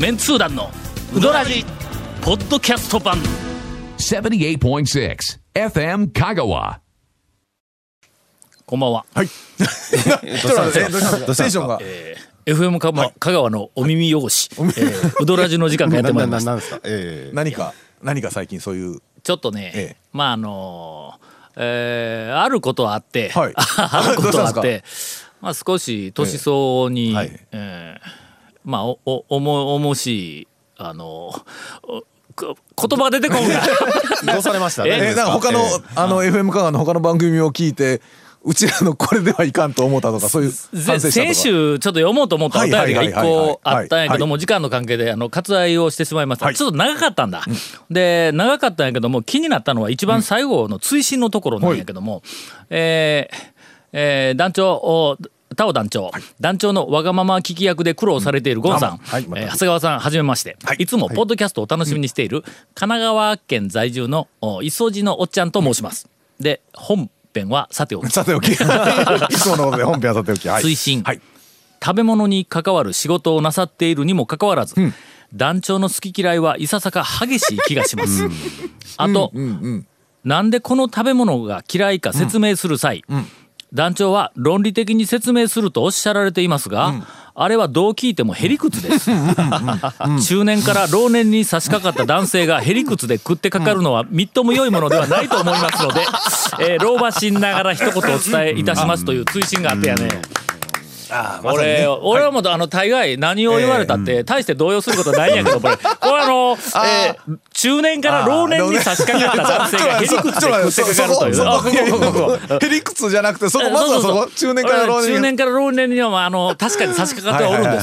メンツー団のウドラジポッドキャスト版 78.6 FM 香川。 こんばんは。 はい。どうしたんですか？テンションが。 FM 香川のお耳汚し、ウドラジの時間がやってまいりました。 何か最近そういうちょっとね、まああることあって、 はい、 あることあって、まあ少し年相応に、まあおもしい言葉が出てこんがどうされましたね。 なんか他のFM 香川の他の番組を聞いて、うちらのこれではいかんと思ったとか、そういう反省したとか。 先週ちょっと読もうと思ったお便りが一個あったんやけども、時間の関係で割愛をしてしまいました。ちょっと長かったんだ。で長かったんやけども、気になったのは一番最後の追伸のところなんやけども、団長タオ団長、団長のわがまま聞き役で苦労されているゴンさん、長谷川さんはじめまして、いつもポッドキャストを楽しみにしている神奈川県在住の磯路のおっちゃんと申します。で本編はさておきいつものことで本編はさておき、 推進、食べ物に関わる仕事をなさっているにもかかわらず、団長の好き嫌いはいささか激しい気がします。あと、なんでこの食べ物が嫌いか説明する際、団長は論理的に説明するとおっしゃられていますが、あれはどう聞いてもへりくつです。中年から老年に差し掛かった男性がへりくつで食ってかかるのはみっとも良いものではないと思いますので、老婆心ながら一言お伝えいたしますという追伸があってやね。俺はもう大概何を言われたって大して動揺することないんやけど、これ中年から老年に差し掛かった男性がへりくつで食ってかかるというへりくつじゃなくて、そこまずはそこ中年から老年には確かに差し掛かってはおるんです。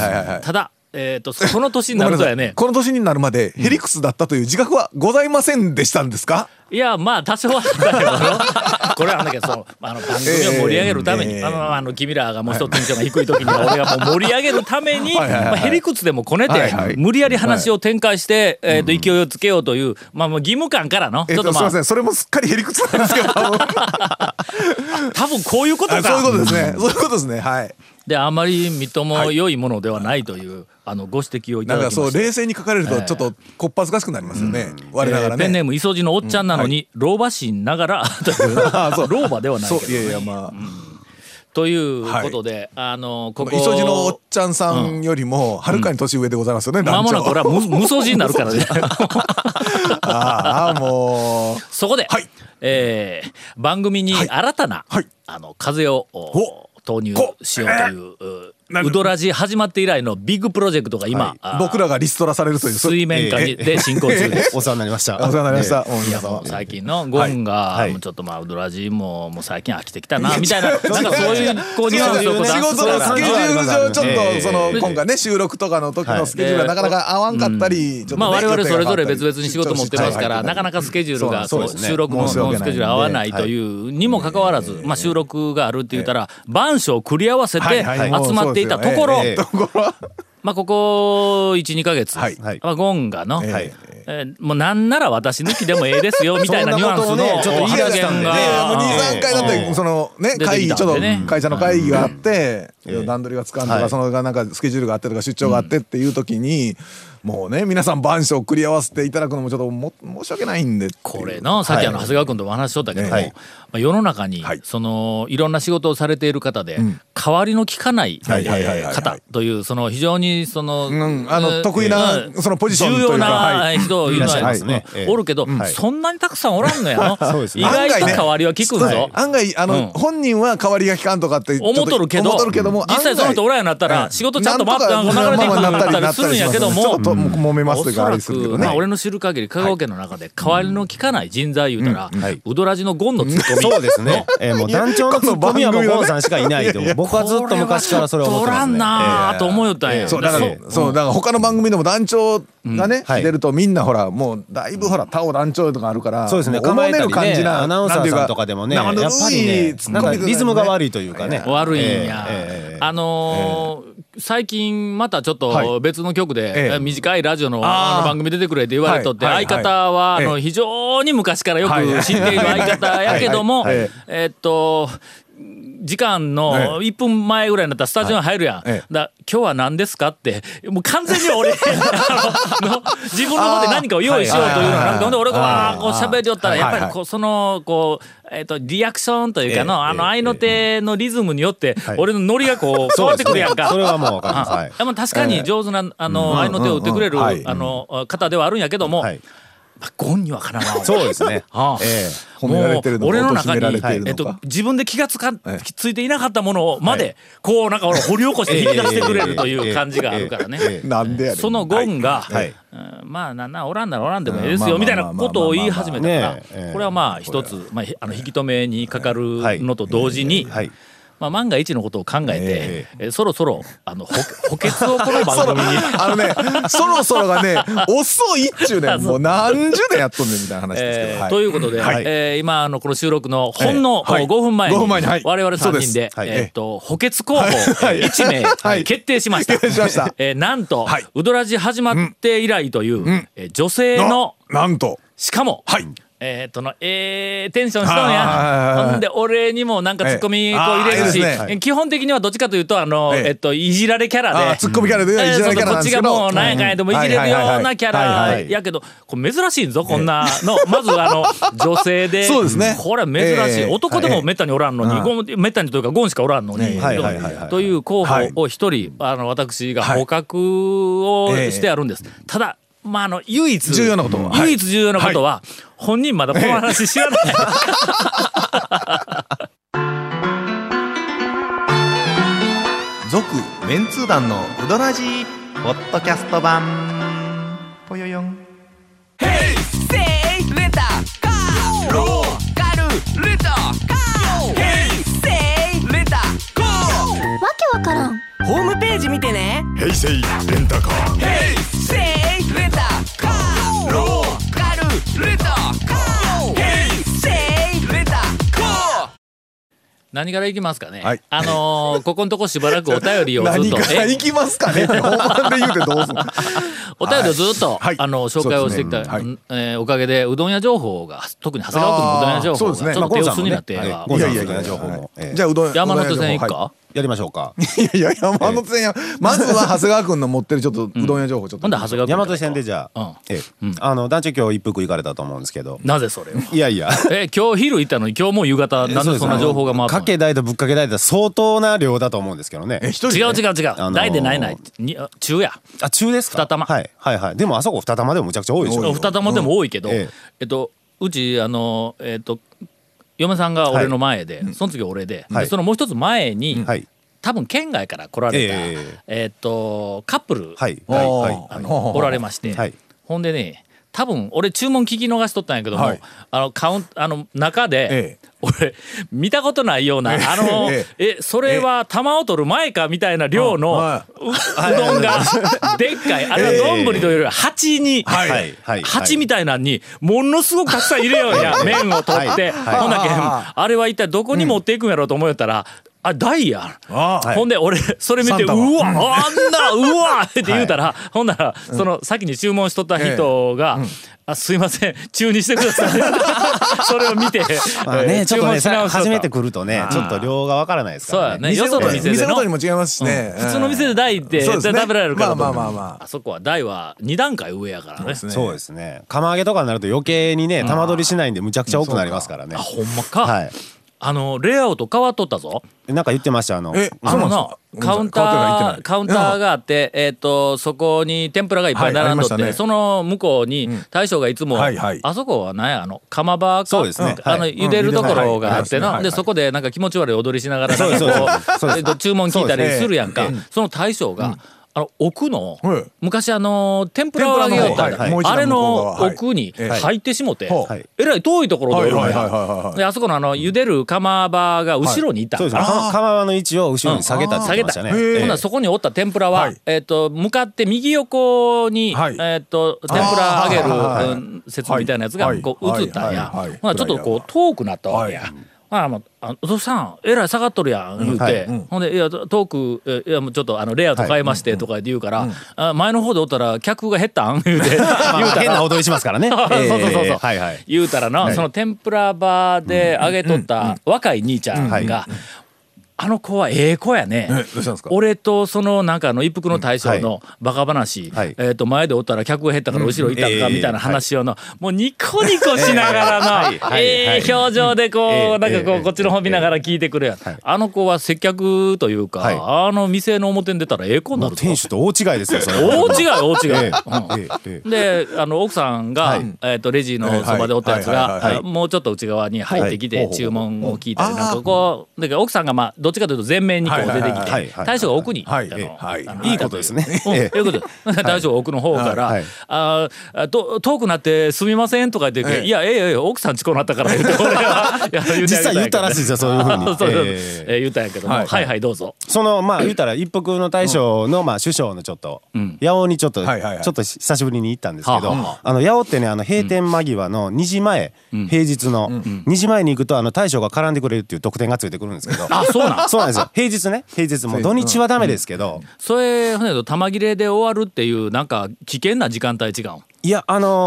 ただこの年になるとやね、 この年になるまでへりくつだったという自覚はございませんでしたんですか？ いやまあ多少はあったけどこれはあんだけど、番組を盛り上げるために、君らがもう一つテンションが低い時には俺がもう盛り上げるためにへりくつでもこねて無理やり話を展開して勢いをつけようという義務感からのちょっとすいません、それもすっかりへりくつなんですけど多分こういうことか。 そういうことですね。そういうことですね。はい。 であまりみとも良いものではないというご指摘をいただきました。 なんかそう冷静に書かれるとちょっとこっぱずかしくなりますよね。我ながらね。 ペンネーム磯路のおっちゃんなのに老婆心ながらという老婆ではないけどね。 いやいやまあ。 ということで、ここ磯路のおっちゃんさんよりもはるかに年上でございますよね。 間もなくこれは無双人になるからね。 もうそこで、番組に新たな風を投入しようというウドラジ始まって以来のビッグプロジェクトが今、 僕らがリストラされるという水面下で進行中です。 お世話になりました。 お世話になりました。 いやもう最近のゴンがちょっとウドラジもう最近飽きてきたなみたいな、なんかそういうニュアンスを出す仕事のスケジュール上ちょっと今回ね収録とかの時のスケジュールがなかなか合わんかったり、 我々それぞれ別々に仕事持ってますから、なかなかスケジュールが収録のスケジュール合わないというにもかかわらず、収録があるって言ったら番所繰り合わせて集まっていたところ、ここ 1,2 ヶ月、ゴンがの、もうなんなら私抜きでもええですよみたいなニュアンスのちょっと言い出したんで、 2、3回だってそのね会議ちょっと会社の会議があって段取りがつかんとか、そのなんかスケジュールがあってとか出張があってっていう時にもうね皆さん番所を繰り合わせていただくのもちょっと申し訳ないんで、 これのさっき長谷川君とも話しとったけども、世の中にそのいろんな仕事をされている方で代わりの利かない方というその非常にその得意なそのポジションというか重要な人いるのよおるけど、そんなにたくさんおらんのやの。意外と代わりは利くんぞ。 案外本人は代わりが利かんとかって思っとるけども、実際その人おらんようになったら仕事ちゃんと流れていくんだったりするんやけども、 揉めますというかあれするけどね。 俺の知る限り香川県の中で代わりの利かない人材言うたらウドラジのゴンのツッコミ。 そうですね。もう団長のツッコミはもうゴンさんしかいないと。僕はずっと昔からそれを思ってますね。 おらんなと思いよったんや。 だから他の番組でも団長がね出るとみんなほらもうだいぶほらタオ団長とかあるから、 そうですね、構えたりね、アナウンサーさんとかでもね、やっぱりねなんかリズムが悪いというかね、 悪いんや。最近またちょっと別の局で短いラジオの番組出てくれって言われとって、相方は非常に昔からよく知っている相方やけども、 時間の1分前ぐらいになったらスタジオに入るやん、だ今日は何ですかってもう完全に俺自分の方で何かを用意しようというのがなんか俺がこう喋りよったらやっぱりこうそのこうリアクションというかの合いの手のリズムによって俺のノリがこう変わってくるやんか。 それはもう分かります。 確かに上手な合いの手を打ってくれる方ではあるんやけども、ゴンにはかなわん。 そうですね。 褒められてるのか俺の中にの自分で気がついていなかったものまでこうなんか掘り起こして引き出してくれるという感じがあるからね。 なんでやねん。 そのゴンがまあなんなおらんならおらんでもいいですよみたいなことを言い始めたからこれはまあ一つ引き止めにかかるのと同時に万が一のことを考えてそろそろ補欠をこの番組にそろそろがね遅いっちゅうねんもう何十年やっとんねんみたいな話ですけど、 ということで今この収録のほんの5分前に我々3人で補欠候補1名決定しました。なんとウドラジ始まって以来という女性のなんとしかもテンションしとんや。ほんで俺にもなんかツッコミこう入れるし、基本的にはどっちかというといじられキャラでツッコミキャラでいじられキャラなんですけど、 こっちがもう何やかんやでもいじれるようなキャラやけど、これ珍しいぞこんなの。まず女性でこれは珍しい。男でもめったにおらんのに、めったにというかゴンしかおらんのにという候補を一人私が捕獲をしてあるんです。ただ唯一重要なことは本人まだこの話知らない。 続メンツー団のウドラジーポッドキャスト版ぽよよん。 ヘイセイレタカーローカルレタカーヘイセイレタカーわけわからん。 ホームページ見てね。 ヘイセイレンタカーヘイセイレタカーローカルレタカーヘイセイレタカー。 何からいきますかね。ここのとこしばらくお便りをずっと何からいきますかねって本番で言うてどうすんの。 お便りをずっと紹介をしてきたおかげでうどん屋情報が特に長谷川区のうどん屋情報がちょっと手薄になって。 いやじゃあうどん山手線行くか。 やりましょうか。 いや山手線やまずは長谷川君の持ってるちょっとうどん屋情報ちょっと。 山手線でじゃあ団長今日一服行かれたと思うんですけど。 なぜそれを。 いやいや今日昼行ったのに今日もう夕方なんでそんな情報が回ったの。 かけ代とぶっかけ代だ相当な量だと思うんですけどね。 違う代でない中や。 中ですか。 二玉。 はいでもあそこ二玉でもむちゃくちゃ多いでしょ。 二玉でも多いけどうち嫁さんが俺の前でその次俺でそのもう一つ前に多分県外から来られたカップルおられましてほんでね多分俺注文聞き逃しとったんやけども中で俺見たことないようなそれは玉を取る前かみたいな量のうどんがでっかいあれは丼というよりは鉢みたいなんにものすごくたくさん入れようや麺を取ってほんだけあれは一体どこに持っていくんやろうと思ったらダイヤほんで俺それ見てうわって言うたらほんならその先に注文しとった人がすいません中にしてくださいそれを見てちょっとね初めて来るとねちょっと量がわからないですからね。 よその店ごとにも違いますしね。 普通の店で大って食べられるからあそこは大は2段階上やからね。 そうですね。釜揚げとかになると余計にね玉取りしないんでむちゃくちゃ多くなりますからね。 ほんまか。レイアウト変わっとったぞ。 なんか言ってましたカウンターがあってそこに天ぷらがいっぱい並んどってその向こうに大将がいつもあそこは何や釜場か茹でるところがあってなでそこでなんか気持ち悪い踊りしながら注文聞いたりするやんか。その大将が奥の昔天ぷらを揚げよったあれの奥に入ってしもてえらい遠いところでおるんや。であそこの茹でる釜場が後ろにいた。 釜場の位置を後ろに下げたって言ってましたね。 ほんならそこにおった天ぷらは向かって右横に天ぷら揚げる説みたいなやつがこう映ったんや。ほんならちょっとこう遠くなったわけや。お父さんえらい下がっとるやん言うてほんでいや遠くいやもうちょっとレイアウト変えましてとか言うから前の方でおったら客が減ったん言うて変な踊りしますからね。そう言うたらなその天ぷら場で揚げとった若い兄ちゃんがあの子はええ子やね。 どうしたんですか。 俺とそのなんか一服の大将のバカ話、前でおったら客が減ったから後ろ行ったんかみたいな話をのもうニコニコしながらの表情でこうなんかこうこっちの方見ながら聞いてくれや。あの子は接客というかあの店の表に出たらええ子になる。 店主と大違いですよ。それ大違い。で奥さんがレジのそばでおったやつがもうちょっと内側に入ってきて注文を聞いたりなんかこうだから奥さんがまあどっちかというと前面にこう出てきて大将が奥にいいことですね。 いうこと大将が奥の方から遠くなってすみませんとか言っていや奥さんちこうなったから言って実際言ったらしいですよそういうふうに言ったんやけどもはいどうぞ。 そのまあ言ったら一服の大将のまあ師匠のちょっと八尾にちょっと久しぶりに行ったんですけど八尾ってね閉店間際の2時前平日の2時前に行くと大将が絡んでくれるっていう特典がついてくるんですけどそうなんですよ。平日もう土日はダメですけどそれ玉切れで終わるっていうなんか危険な時間帯違うん。 いや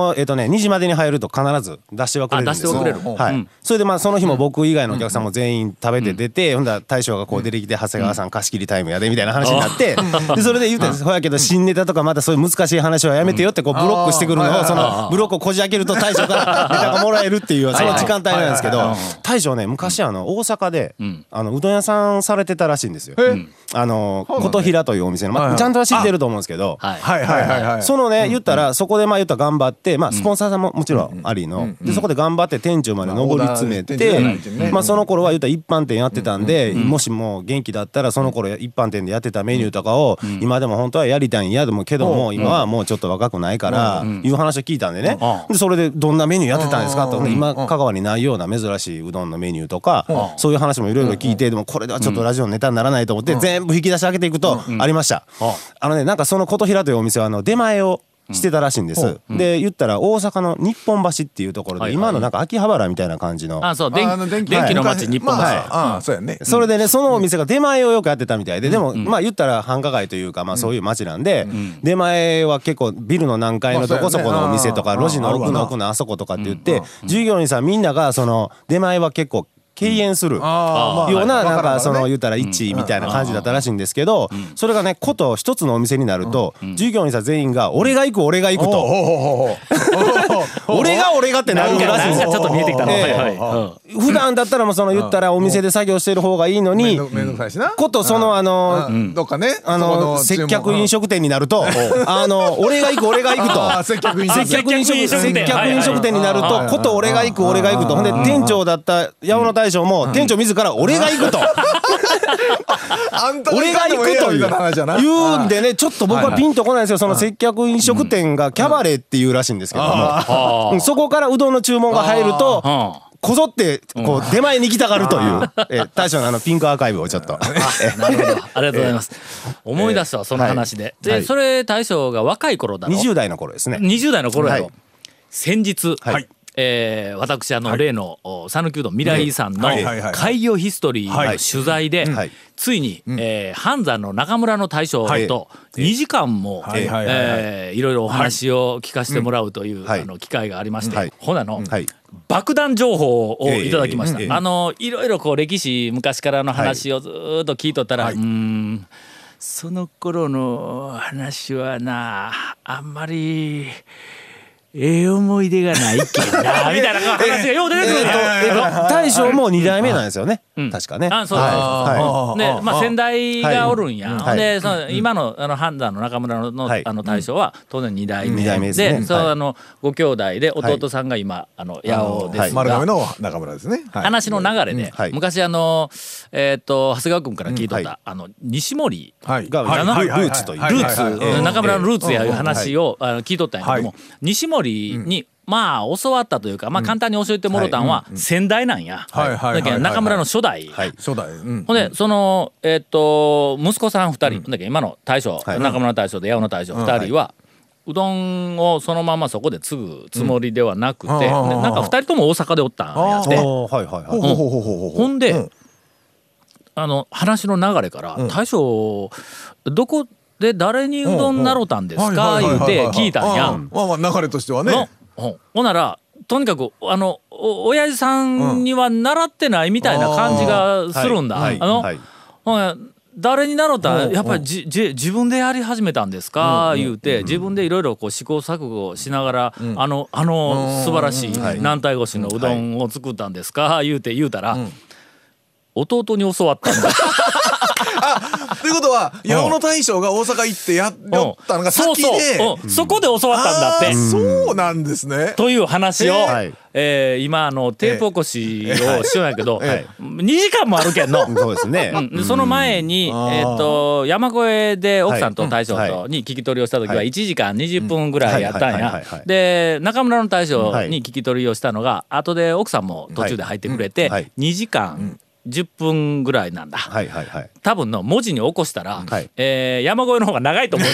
2時までに入ると必ず出してはくれるんですよ。はい。それでまあその日も僕以外のお客さんも全員食べて出てほんだら大将がこう出てきて長谷川さん貸し切りタイムやでみたいな話になってでそれで言うてほやけど新ネタとかまたそういう難しい話はやめてよってこうブロックしてくるのをそのブロックをこじ開けると大将からネタがもらえるっていうその時間帯なんですけど大将ね昔大阪でうどん屋さんされてたらしいんですよ。琴平というお店のちゃんとは知ってると思うんですけどそのね言ったらそこでまあ言ったら頑張ってまあスポンサーさんももちろんありのでそこで頑張って店長まで上り詰めてまあその頃は言ったら一般店やってたんでもしも元気だったらその頃一般店でやってたメニューとかを今でも本当はやりたいんやでもけども今はもうちょっと若くないからいう話を聞いたんでねでそれでどんなメニューやってたんですかと今香川にないような珍しいうどんのメニューとかそういう話もいろいろ聞いてでもこれではちょっとラジオのネタにならないと思って全部引き出し開けていくとありました。なんかその琴平というお店は出前をしてたらしいんです。で言ったら大阪の日本橋っていうところで今のなんか秋葉原みたいな感じの電気の街日本橋そうやね。 それでねそのお店が出前をよくやってたみたいででもまあ言ったら繁華街というかまあそういう街なんで出前は結構ビルの何階のどこそこのお店とか路地の奥の奥のあそことかって言って従業員さんみんながその出前は結構敬遠するようななんかその言ったら一位みたいな感じだったらしいんですけどそれがねこと一つのお店になると従業員さん全員が俺が行く俺が行くと俺がってなるらしいんですよ。 ちょっと見えてきた普段だったらもうその言ったらお店で作業してる方がいいのにことそのどっかね接客飲食店になると俺が行く俺が行くと接客飲食店になるとこと俺が行く俺が行くとほんで店長だった八尾の大将も店長自ら俺が行くと俺が行くと言うんでねちょっと僕はピンとこないんですよ。その接客飲食店がキャバレーっていうらしいんですけどもそこからうどんの注文が入るとこぞってこう出前に来たがるという大将のピンクアーカイブをちょっとなるほどありがとうございます。思い出したわその話でそれ大将が若い頃だろ 20代の頃ですね。 20代の頃やろ先日私例の讃岐うどん未来遺産の開業ヒストリーの取材でついに半山の中村の大将と2時間もいろいろお話を聞かせてもらうという機会がありましてほな爆弾情報をいただきました。いろいろこう歴史昔からの話をずっと聞いとったらその頃の話はなあんまり思い出がないけんなみたいな話がよう出てくる大将も2代目なんですよね確かね。 そうでまあ先代がおるんやで今の半山の中村の大将は当然2代目でそのご兄弟で弟さんが今八尾ですが丸亀の中村ですね。 話の流れで昔長谷川君から聞いとった西森がルーツという中村のルーツやいう話を聞いとったんやけども西森にまあ教わったというかまあ簡単に教えてもろたんは先代なんや。だけど中村の初代ほんでその息子さん2人だけ今の大将中村の大将で八尾の大将2人はうどんをそのままそこで継ぐつもりではなくてなんか2人とも大阪でおったんやってほんで話の流れから大将どこで誰にうどんなろたんですか言うて聞いたんや。 流れとしてはね。 ほならとにかく親父さんには習ってないみたいな感じがするんだ。 誰になろうとやっぱり自分でやり始めたんですか言うて自分でいろいろこう試行錯誤しながら素晴らしい軟体越しのうどんを作ったんですか言うたら弟に教わったんだ。 ということは八尾の大将が大阪行ってやったのが先でそこで教わったんだって。 そうなんですね。 という話を今テープ起こしをしようんやけど2時間もあるけんの。 そうですね。 その前に山越えで奥さんと大将とに聞き取りをした時は1時間20分ぐらいやったんや。で中村の大将に聞き取りをしたのが後で奥さんも途中で入ってくれて2時間10分ぐらいなんだ。多分の文字に起こしたら、山越えの方が長いと思う。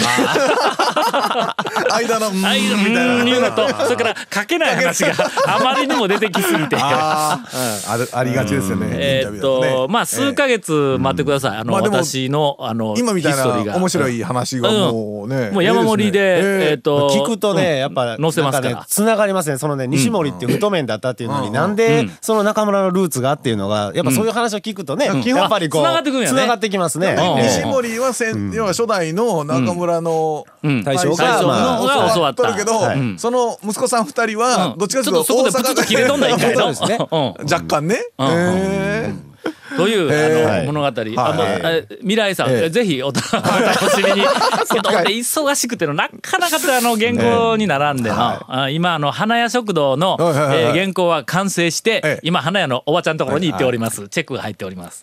間のみたいなのとそれから書けない話があまりにも出てきすぎてありがちですよね。 まあ数ヶ月待ってください。私の今みたいな面白い話がもうね、 もう山盛りで聞くとねやっぱ載せますからつながりますね。そのね西森っていう太麺だったっていうのになんでその中村のルーツがっていうのがやっぱそういう話を聞くとねやっぱりこう繋がってくるんやね。 繋がってきますね。 西森は要は初代の中村の大将が教わっとるけどその息子さん2人はどっちかというとそこでプツッと切れとんだ一回の若干ね。 という物語。未来さんぜひお楽しみに。けど忙しくてのなかなか原稿に並んでの今花屋食堂の原稿は完成して今花屋のおばちゃんのところに行っております。チェックが入っております。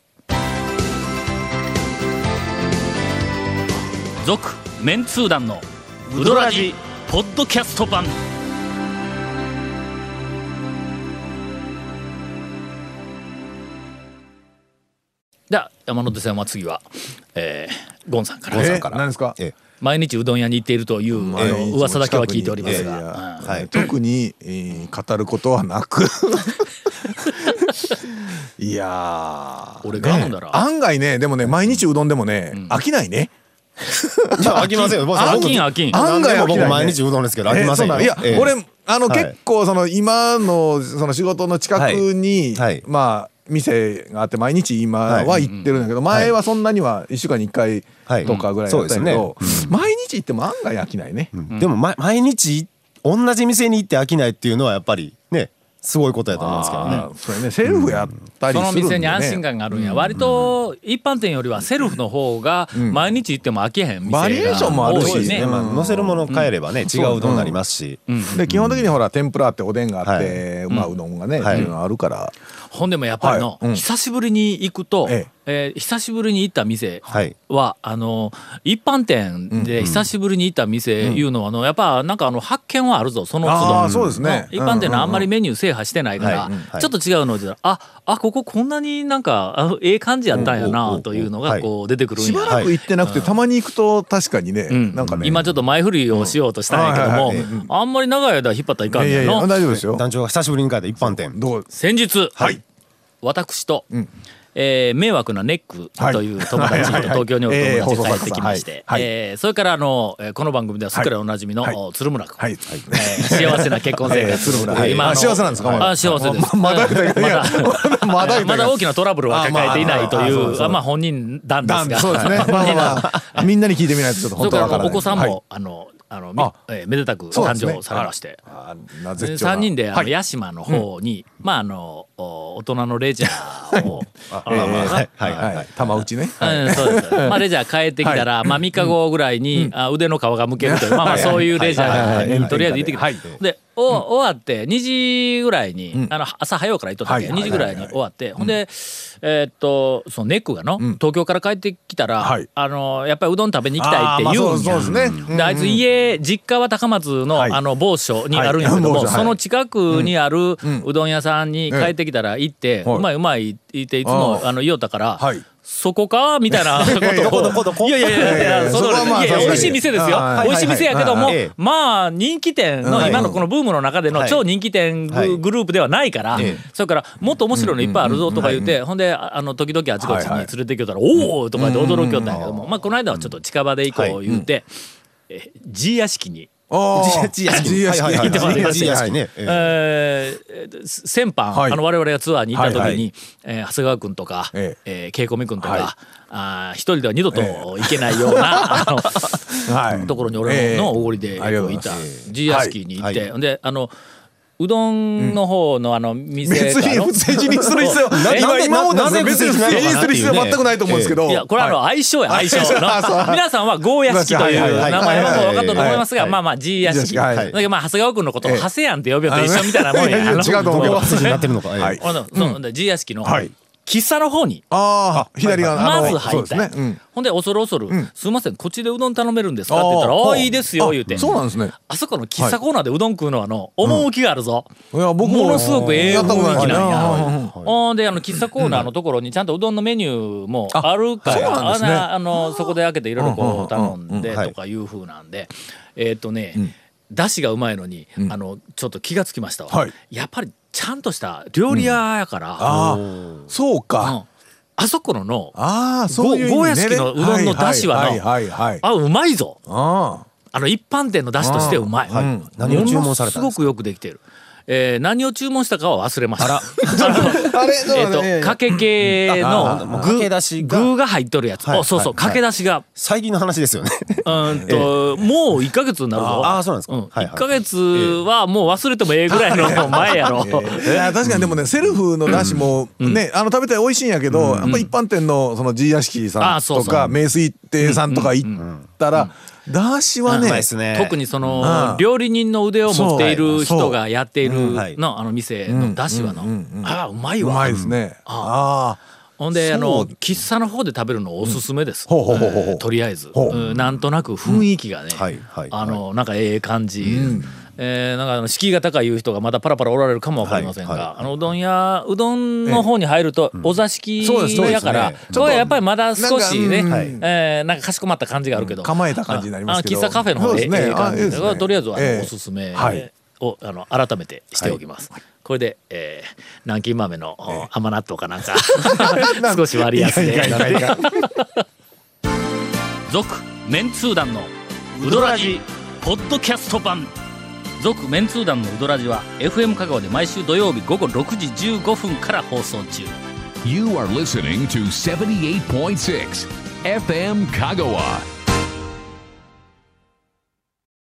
続メンツー団のウドラジポッドキャスト版。じゃあ山手線は次はゴンさんから。 何ですか。 毎日うどん屋に行っているという噂だけは聞いておりますが、 特に語ることはなくいや俺が飲んだら案外ねでもね毎日うどんでもね飽きないね。 飽きませんよ。 飽きん。 案外僕毎日うどんですけど飽きませんよ。 いや俺結構今のその仕事の近くにまあ店があって毎日今は行ってるんだけど前はそんなには1週間に1回とかぐらいだったけど毎日行っても案外飽きないね。 でも毎日同じ店に行って飽きないっていうのはやっぱりねすごいことやと思うんですけどね。 それねセルフやったりするんでね。 その店に安心感があるんや。割と一般店よりはセルフの方が毎日行っても飽きへん店がバリエーションもあるしね。 乗せるものを変えればね違ううどんになりますし。 で基本的にほら天ぷらあっておでんがあってうどんがねっていうのがあるから。 ほんでもやっぱり久しぶりに行くと久しぶりに行った店は一般店で久しぶりに行った店いうのはやっぱなんか発見はあるぞその都度。 そうですね。 一般店のあんまりメニュー制覇してないからちょっと違うのでこここんなになんか感じやったんやなというのがこう出てくるんや。 しばらく行ってなくてたまに行くと確かにねなんかね今ちょっと前振りをしようとしたんやけどもあんまり長い間引っ張ったらいかんねんの。 大丈夫ですよ。 団長が久しぶりに帰った一般店先日私と迷惑なネックという友達と東京におる友達が帰ってきましてそれからこの番組ではすっかりおなじみの鶴村君幸せな結婚生活今幸せなんですか。 幸せです。まだ大きなトラブルは抱えていないという本人談ですがそうですね。みんなに聞いてみないとちょっと本当わからない。 お子さんもめでたく誕生されまして3人で屋島の方に大人のレジャーを玉打ちね。 レジャー帰ってきたら3日後ぐらいに腕の皮がむけるというそういうレジャーにとりあえず行ってきてで終わって2時ぐらいに朝早うから行っとったっけ2時ぐらいに終わってほんでそのネックが東京から帰ってきたらやっぱりうどん食べに行きたいって言うんや。であいつ実家は高松の某所にあるんやけどもその近くにあるうどん屋さんに帰ってきたら行ってうまいうまいっていつも言おうたからそこかみたいなことをいや美味しい店ですよ。美味しい店やけども人気店の今のこのブームの中での超人気店グループではないからそれからもっと面白いのいっぱいあるぞとか言ってほんで時々あちこちに連れてきよったらおおとか言って驚きよったんやけどもこの間はちょっと近場で行こう言うてG屋敷に G 屋敷先般我々がツアーに行った時に長谷川君とか恵子美君とか一人では二度と行けないようなところに俺のおごりで行った G 屋敷に行ってでうどんの方の店別に不正字にする必要今も別に不正字にする必要全くないと思うんですけど、 いやこれ相性や相性皆さんは郷屋敷という名前はもう分かったと思いますがまあまあ G 屋敷だけどまあ長谷川君のことを長谷やんって呼びようと一緒みたいなもんや。 違うと思うけどになってるのか。 G 屋敷の喫茶の方に左側まず入ったんほんで恐る恐る「すいませんこっちでうどん頼めるんですか?」って言ったら「ああいいですよ」言うてそうなんですね。 あそこの喫茶コーナーでうどん食うのは趣があるぞ。も僕のすごくええ雰囲気なんや。ほんで喫茶コーナーのところにちゃんとうどんのメニューもあるからそこで開けていろいろこう頼んでとかいう風なんでだしがうまいのにちょっと気がつきましたわ。やっぱりちゃんとした料理屋やからそうかあそこの郷屋敷のうどんのだしはうまいぞ。一般店のだしとしてうまい。 何を注文されたんですか？ すごくよくできてる。何を注文したかは忘れました。かけ系の具が入っとるやつ。そうそうかけだしが最近の話ですよね。 もう1ヶ月になるぞ。 ああそうなんですか。 1ヶ月はもう忘れてもええぐらいの前やろ。 確かにでもねセルフのだしもね食べたら美味しいんやけどやっぱ一般店のその G 屋敷さんとか名水亭さんとか行ったらだしはね特にその料理人の腕を持っている人がやっているの店のだしはうまいわ。 うまいですね。 ほんで喫茶の方で食べるのおすすめです。とりあえずなんとなく雰囲気がねなんかええ感じ。なんか敷居が高いいう人がまだパラパラおられるかもわかりませんがうどんの方に入るとお座敷やからそこはやっぱりまだ少しねなんかかしこまった感じがあるけど構えた感じになりますけど喫茶カフェの方でええ感じでとりあえずおすすめを改めてしておきます。これで南京豆の甘納豆かなんか少し割安で続メンツー団のウドラジポッドキャスト版続メンツー団のウドラジは FM 香川で毎週土曜日午後6時15分から放送中。 You are listening to 78.6 FM 香川。